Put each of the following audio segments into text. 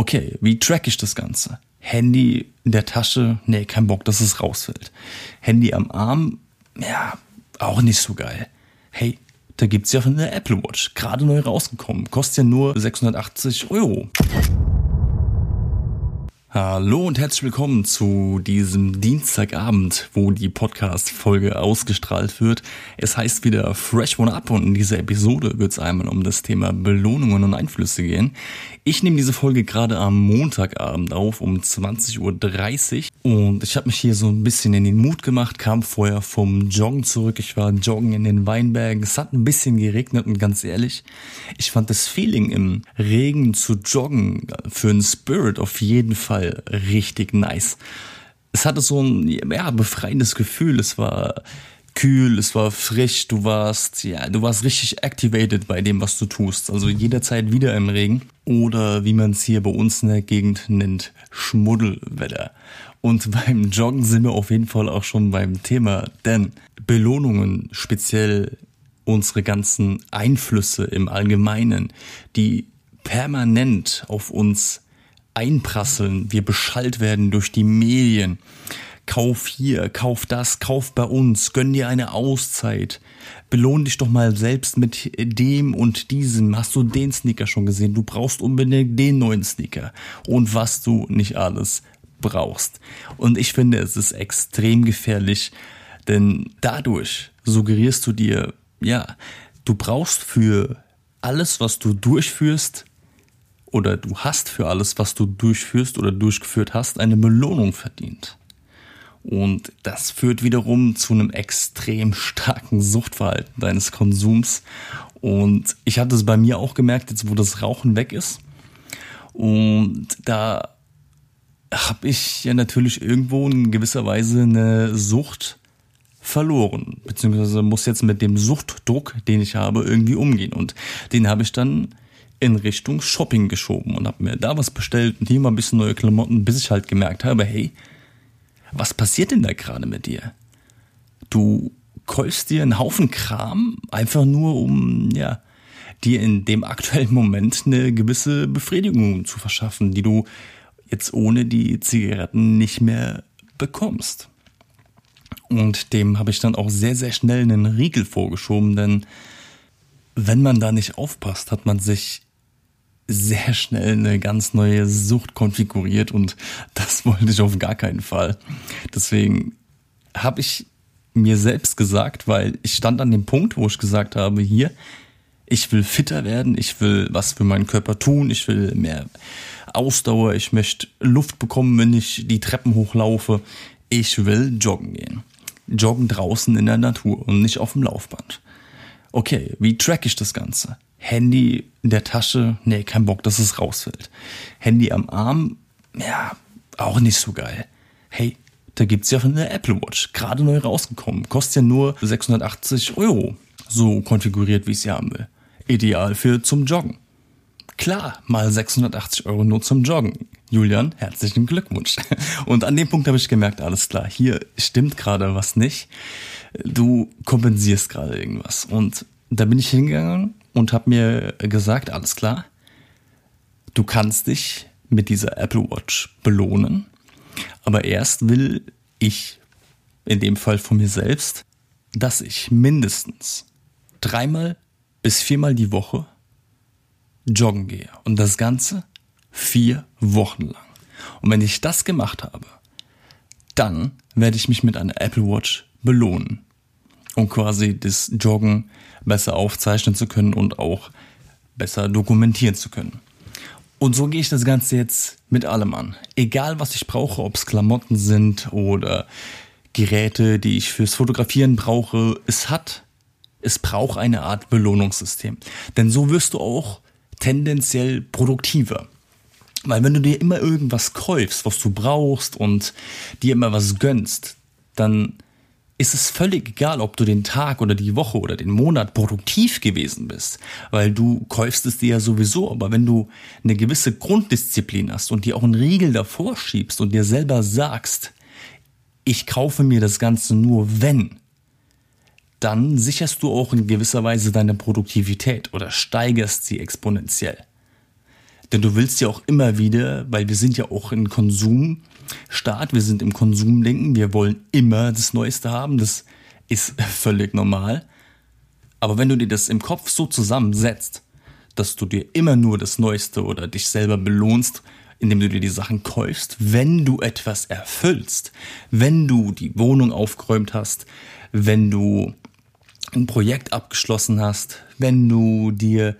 Okay, wie track ich das Ganze? Handy in der Tasche, nee, kein Bock, dass es rausfällt. Handy am Arm, ja, auch nicht so geil. Hey, da gibt's ja von der Apple Watch, gerade neu rausgekommen, kostet ja nur 680 Euro. Hallo und herzlich willkommen zu diesem Dienstagabend, wo die Podcast-Folge ausgestrahlt wird. Es heißt wieder Fresh One Up und in dieser Episode wird es einmal um das Thema Belohnungen und Einflüsse gehen. Ich nehme diese Folge gerade am Montagabend auf um 20.30 Uhr und ich habe mich hier so ein bisschen in den Mut gemacht, kam vorher vom Joggen zurück. Ich war joggen in den Weinbergen. Es hat ein bisschen geregnet und ganz ehrlich, ich fand das Feeling im Regen zu joggen für einen Spirit auf jeden Fall richtig nice. Es hatte so ein befreiendes Gefühl. Es war kühl, es war frisch. Du warst richtig activated bei dem, was du tust. Also jederzeit wieder im Regen oder wie man es hier bei uns in der Gegend nennt, Schmuddelwetter. Und beim Joggen sind wir auf jeden Fall auch schon beim Thema, denn Belohnungen, speziell unsere ganzen Einflüsse im Allgemeinen, die permanent auf uns einprasseln, wir beschallt werden durch die Medien. Kauf hier, kauf das, kauf bei uns, gönn dir eine Auszeit. Belohn dich doch mal selbst mit dem und diesem. Hast du den Sneaker schon gesehen? Du brauchst unbedingt den neuen Sneaker. Und was du nicht alles brauchst. Und ich finde, es ist extrem gefährlich, denn dadurch suggerierst du dir, du brauchst für alles, was du durchführst, oder du hast für alles, was du durchführst oder durchgeführt hast, eine Belohnung verdient. Und das führt wiederum zu einem extrem starken Suchtverhalten deines Konsums. Und ich hatte es bei mir auch gemerkt, jetzt wo das Rauchen weg ist. Und da habe ich ja natürlich irgendwo in gewisser Weise eine Sucht verloren. Beziehungsweise muss jetzt mit dem Suchtdruck, den ich habe, irgendwie umgehen. Und den habe ich dann in Richtung Shopping geschoben und habe mir da was bestellt und hier mal ein bisschen neue Klamotten, bis ich halt gemerkt habe, hey, was passiert denn da gerade mit dir? Du kaufst dir einen Haufen Kram, einfach nur um, dir in dem aktuellen Moment eine gewisse Befriedigung zu verschaffen, die du jetzt ohne die Zigaretten nicht mehr bekommst. Und dem habe ich dann auch sehr, sehr schnell einen Riegel vorgeschoben, denn wenn man da nicht aufpasst, hat man sich sehr schnell eine ganz neue Sucht konfiguriert und das wollte ich auf gar keinen Fall. Deswegen habe ich mir selbst gesagt, weil ich stand an dem Punkt, wo ich gesagt habe, hier, ich will fitter werden, ich will was für meinen Körper tun, ich will mehr Ausdauer, ich möchte Luft bekommen, wenn ich die Treppen hochlaufe, ich will joggen gehen. Joggen draußen in der Natur und nicht auf dem Laufband. Okay, wie track ich das Ganze? Handy in der Tasche, nee, kein Bock, dass es rausfällt. Handy am Arm, auch nicht so geil. Hey, da gibt's ja von der Apple Watch, gerade neu rausgekommen, kostet ja nur 680 Euro, so konfiguriert, wie ich es haben will. Ideal zum Joggen. Klar, mal 680 Euro nur zum Joggen. Julian, herzlichen Glückwunsch. Und an dem Punkt habe ich gemerkt, alles klar, hier stimmt gerade was nicht. Du kompensierst gerade irgendwas. Und da bin ich hingegangen und habe mir gesagt, alles klar, du kannst dich mit dieser Apple Watch belohnen, aber erst will ich, in dem Fall von mir selbst, dass ich mindestens 3 bis 4 die Woche joggen gehe. Und das Ganze 4 Wochen lang. Und wenn ich das gemacht habe, dann werde ich mich mit einer Apple Watch belohnen, um quasi das Joggen besser aufzeichnen zu können und auch besser dokumentieren zu können. Und so gehe ich das Ganze jetzt mit allem an. Egal was ich brauche, ob es Klamotten sind oder Geräte, die ich fürs Fotografieren brauche, es braucht eine Art Belohnungssystem. Denn so wirst du auch tendenziell produktiver. Weil wenn du dir immer irgendwas kaufst, was du brauchst und dir immer was gönnst, dann ist es völlig egal, ob du den Tag oder die Woche oder den Monat produktiv gewesen bist, weil du kaufst es dir ja sowieso. Aber wenn du eine gewisse Grunddisziplin hast und dir auch einen Riegel davor schiebst und dir selber sagst, ich kaufe mir das Ganze nur wenn, dann sicherst du auch in gewisser Weise deine Produktivität oder steigerst sie exponentiell. Denn du willst ja auch immer wieder, weil wir sind ja auch ein Konsumstaat, wir sind im Konsumdenken, wir wollen immer das Neueste haben, das ist völlig normal. Aber wenn du dir das im Kopf so zusammensetzt, dass du dir immer nur das Neueste oder dich selber belohnst, indem du dir die Sachen kaufst, wenn du etwas erfüllst, wenn du die Wohnung aufgeräumt hast, wenn du ein Projekt abgeschlossen hast, wenn du dir,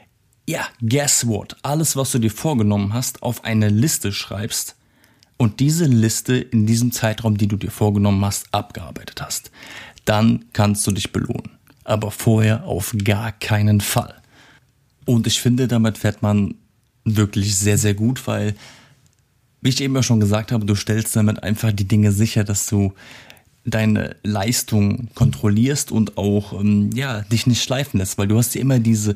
guess what, alles, was du dir vorgenommen hast, auf eine Liste schreibst und diese Liste in diesem Zeitraum, die du dir vorgenommen hast, abgearbeitet hast, dann kannst du dich belohnen. Aber vorher auf gar keinen Fall. Und ich finde, damit fährt man wirklich sehr, sehr gut, weil, wie ich eben ja schon gesagt habe, du stellst damit einfach die Dinge sicher, dass du deine Leistung kontrollierst und auch dich nicht schleifen lässt, weil du hast ja immer diese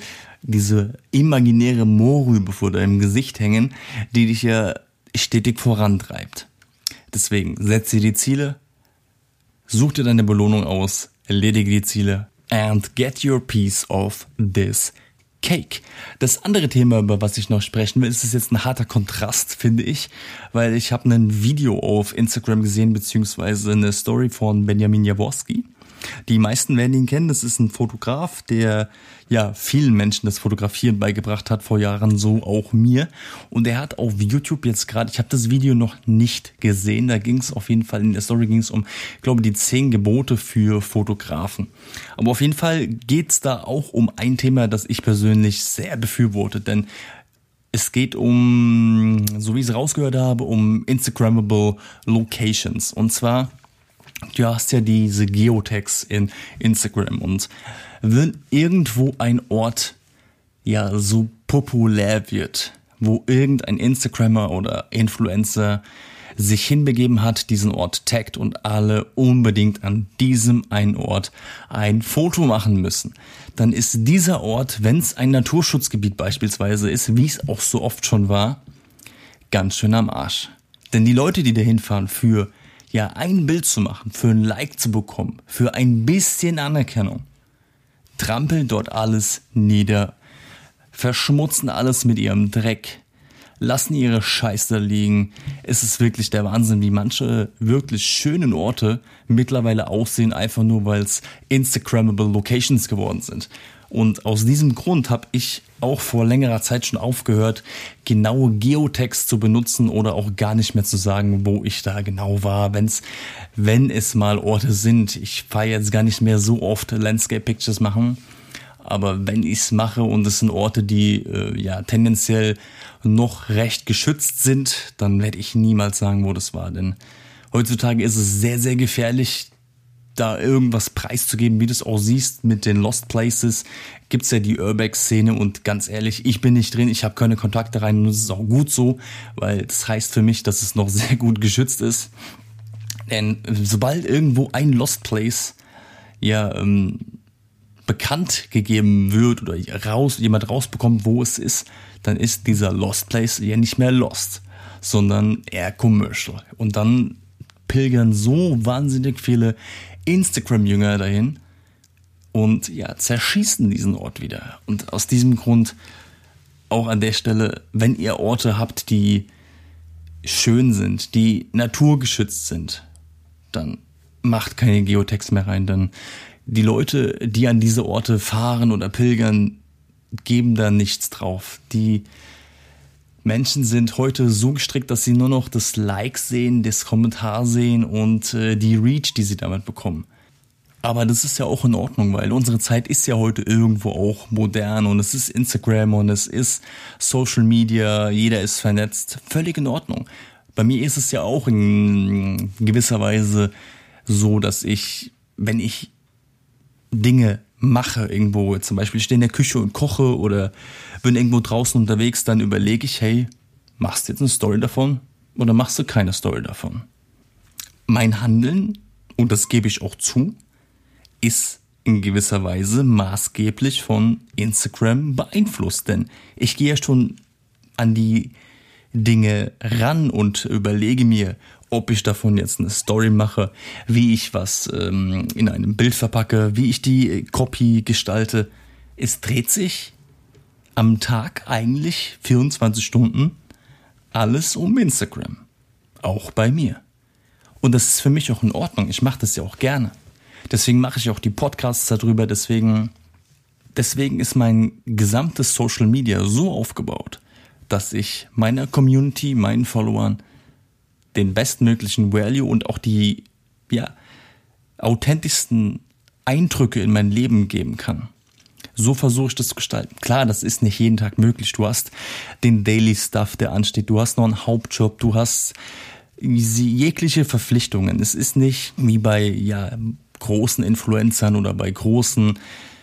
imaginäre Mohrrübe vor deinem Gesicht hängen, die dich ja stetig vorantreibt. Deswegen setz dir die Ziele, such dir deine Belohnung aus, erledige die Ziele and get your piece of this cake. Das andere Thema, über was ich noch sprechen will, ist jetzt ein harter Kontrast, finde ich, weil ich habe ein Video auf Instagram gesehen, beziehungsweise eine Story von Benjamin Jaworski. Die meisten werden ihn kennen, das ist ein Fotograf, der vielen Menschen das Fotografieren beigebracht hat, vor Jahren, so auch mir. Und er hat auf YouTube jetzt gerade, ich habe das Video noch nicht gesehen, da ging es auf jeden Fall, in der Story ging es um, ich glaube, die 10 Gebote für Fotografen. Aber auf jeden Fall geht es da auch um ein Thema, das ich persönlich sehr befürworte, denn es geht um, so wie ich es rausgehört habe, um Instagrammable Locations. Und zwar, du hast ja diese Geotags in Instagram und wenn irgendwo ein Ort so populär wird, wo irgendein Instagrammer oder Influencer sich hinbegeben hat, diesen Ort taggt und alle unbedingt an diesem einen Ort ein Foto machen müssen, dann ist dieser Ort, wenn es ein Naturschutzgebiet beispielsweise ist, wie es auch so oft schon war, ganz schön am Arsch. Denn die Leute, die da hinfahren für ein Bild zu machen, für ein Like zu bekommen, für ein bisschen Anerkennung, trampeln dort alles nieder, verschmutzen alles mit ihrem Dreck, lassen ihre Scheiße liegen. Es ist wirklich der Wahnsinn, wie manche wirklich schönen Orte mittlerweile aussehen, einfach nur, weil es Instagrammable Locations geworden sind. Und aus diesem Grund habe ich auch vor längerer Zeit schon aufgehört, genaue Geotags zu benutzen oder auch gar nicht mehr zu sagen, wo ich da genau war, wenn es mal Orte sind. Ich fahre jetzt gar nicht mehr so oft Landscape Pictures machen, aber wenn ich es mache und es sind Orte, die tendenziell noch recht geschützt sind, dann werde ich niemals sagen, wo das war. Denn heutzutage ist es sehr, sehr gefährlich, da irgendwas preiszugeben, wie du es auch siehst mit den Lost Places, gibt's ja die Urbex-Szene und ganz ehrlich, ich bin nicht drin, ich habe keine Kontakte rein und das ist auch gut so, weil das heißt für mich, dass es noch sehr gut geschützt ist. Denn sobald irgendwo ein Lost Place bekannt gegeben wird oder jemand rausbekommt, wo es ist, dann ist dieser Lost Place ja nicht mehr lost, sondern eher commercial. Und dann pilgern so wahnsinnig viele Instagram-Jünger dahin und zerschießen diesen Ort wieder. Und aus diesem Grund auch an der Stelle, wenn ihr Orte habt, die schön sind, die naturgeschützt sind, dann macht keine Geotags mehr rein, denn die Leute, die an diese Orte fahren oder pilgern, geben da nichts drauf. Die Menschen sind heute so gestrickt, dass sie nur noch das Like sehen, das Kommentar sehen und die Reach, die sie damit bekommen. Aber das ist ja auch in Ordnung, weil unsere Zeit ist ja heute irgendwo auch modern und es ist Instagram und es ist Social Media, jeder ist vernetzt, völlig in Ordnung. Bei mir ist es ja auch in gewisser Weise so, dass ich, wenn ich Dinge mache irgendwo, zum Beispiel stehe in der Küche und koche oder bin irgendwo draußen unterwegs, dann überlege ich, hey, machst du jetzt eine Story davon oder machst du keine Story davon? Mein Handeln, und das gebe ich auch zu, ist in gewisser Weise maßgeblich von Instagram beeinflusst, denn ich gehe ja schon an die Dinge ran und überlege mir, ob ich davon jetzt eine Story mache, wie ich was in einem Bild verpacke, wie ich die Copy gestalte. Es dreht sich am Tag eigentlich 24 Stunden alles um Instagram. Auch bei mir. Und das ist für mich auch in Ordnung. Ich mache das ja auch gerne. Deswegen mache ich auch die Podcasts darüber. Deswegen ist mein gesamtes Social Media so aufgebaut, dass ich meiner Community, meinen Followern den bestmöglichen Value und auch die authentischsten Eindrücke in mein Leben geben kann. So versuche ich das zu gestalten. Klar, das ist nicht jeden Tag möglich. Du hast den Daily Stuff, der ansteht. Du hast noch einen Hauptjob. Du hast jegliche Verpflichtungen. Es ist nicht wie bei großen Influencern oder bei großen,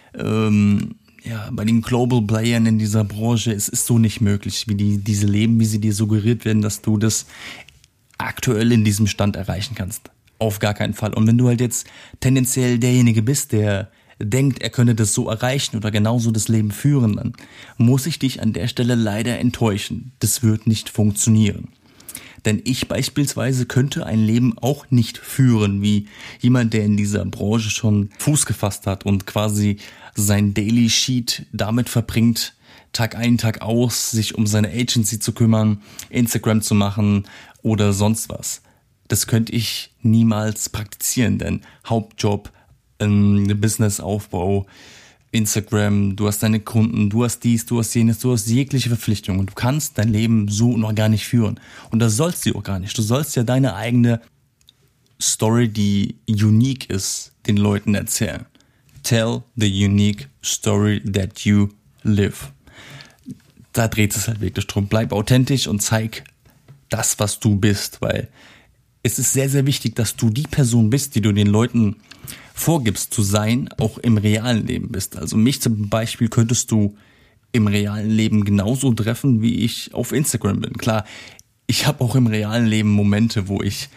bei den Global Playern in dieser Branche. Es ist so nicht möglich, wie diese leben, wie sie dir suggeriert werden, dass du das aktuell in diesem Stand erreichen kannst. Auf gar keinen Fall. Und wenn du halt jetzt tendenziell derjenige bist, der denkt, er könne das so erreichen oder genauso das Leben führen, dann muss ich dich an der Stelle leider enttäuschen. Das wird nicht funktionieren. Denn ich beispielsweise könnte ein Leben auch nicht führen wie jemand, der in dieser Branche schon Fuß gefasst hat und quasi sein Daily Sheet damit verbringt, Tag ein, Tag aus, sich um seine Agency zu kümmern, Instagram zu machen oder sonst was. Das könnte ich niemals praktizieren, denn Hauptjob, Businessaufbau, Instagram, du hast deine Kunden, du hast dies, du hast jenes, du hast jegliche Verpflichtungen und du kannst dein Leben so noch gar nicht führen. Und das sollst du auch gar nicht. Du sollst ja deine eigene Story, die unique ist, den Leuten erzählen. Tell the unique story that you live. Da dreht es halt wirklich drum. Bleib authentisch und zeig das, was du bist, weil es ist sehr, sehr wichtig, dass du die Person bist, die du den Leuten vorgibst zu sein, auch im realen Leben bist. Also mich zum Beispiel könntest du im realen Leben genauso treffen, wie ich auf Instagram bin. Klar, ich habe auch im realen Leben Momente, wo ich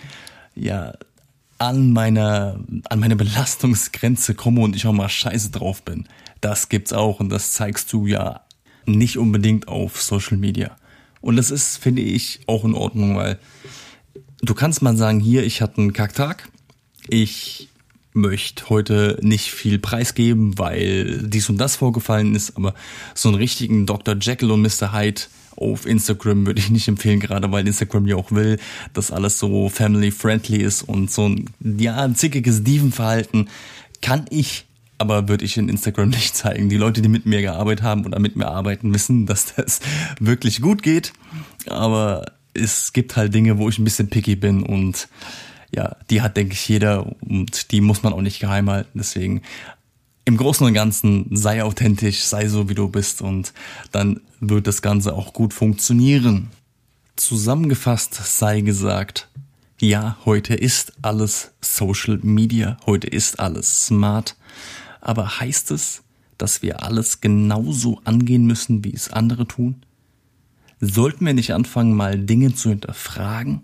an meine Belastungsgrenze komme und ich auch mal scheiße drauf bin. Das gibt's auch und das zeigst du ja nicht unbedingt auf Social Media. Und das ist, finde ich, auch in Ordnung, weil du kannst mal sagen, hier, ich hatte einen Kacktag, ich möchte heute nicht viel preisgeben, weil dies und das vorgefallen ist, aber so einen richtigen Dr. Jekyll und Mr. Hyde auf Instagram würde ich nicht empfehlen, gerade weil Instagram ja auch will, dass alles so family-friendly ist und so ein zickiges Dievenverhalten kann ich, aber würde ich in Instagram nicht zeigen. Die Leute, die mit mir gearbeitet haben oder mit mir arbeiten, wissen, dass das wirklich gut geht, aber es gibt halt Dinge, wo ich ein bisschen picky bin und die hat, denke ich, jeder und die muss man auch nicht geheim halten. Deswegen im Großen und Ganzen sei authentisch, sei so, wie du bist und dann wird das Ganze auch gut funktionieren. Zusammengefasst sei gesagt, ja, heute ist alles Social Media, heute ist alles smart, aber heißt es, dass wir alles genauso angehen müssen, wie es andere tun? Sollten wir nicht anfangen, mal Dinge zu hinterfragen,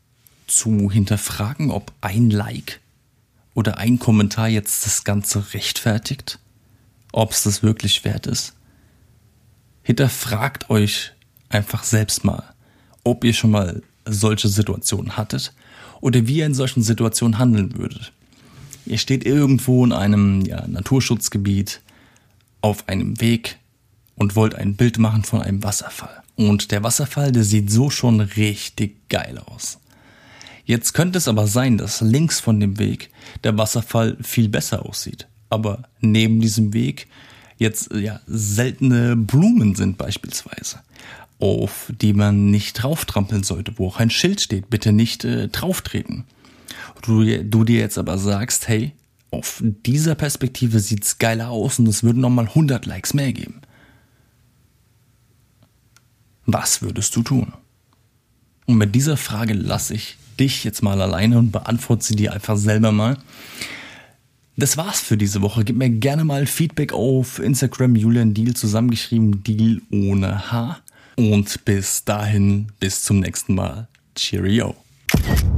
ob ein Like oder ein Kommentar jetzt das Ganze rechtfertigt? Ob es das wirklich wert ist? Hinterfragt euch einfach selbst mal, ob ihr schon mal solche Situationen hattet oder wie ihr in solchen Situationen handeln würdet. Ihr steht irgendwo in einem Naturschutzgebiet auf einem Weg und wollt ein Bild machen von einem Wasserfall. Und der Wasserfall, der sieht so schon richtig geil aus. Jetzt könnte es aber sein, dass links von dem Weg der Wasserfall viel besser aussieht. Aber neben diesem Weg jetzt seltene Blumen sind beispielsweise, auf die man nicht drauftrampeln sollte, wo auch ein Schild steht, bitte nicht drauftreten. Du dir jetzt aber sagst, hey, auf dieser Perspektive sieht's geiler aus und es würden nochmal 100 Likes mehr geben. Was würdest du tun? Und mit dieser Frage lasse ich dich jetzt mal alleine und beantworte sie dir einfach selber mal. Das war's für diese Woche. Gib mir gerne mal Feedback auf Instagram, Julian Deal, zusammengeschrieben, Deal ohne H. Und bis dahin, bis zum nächsten Mal. Cheerio.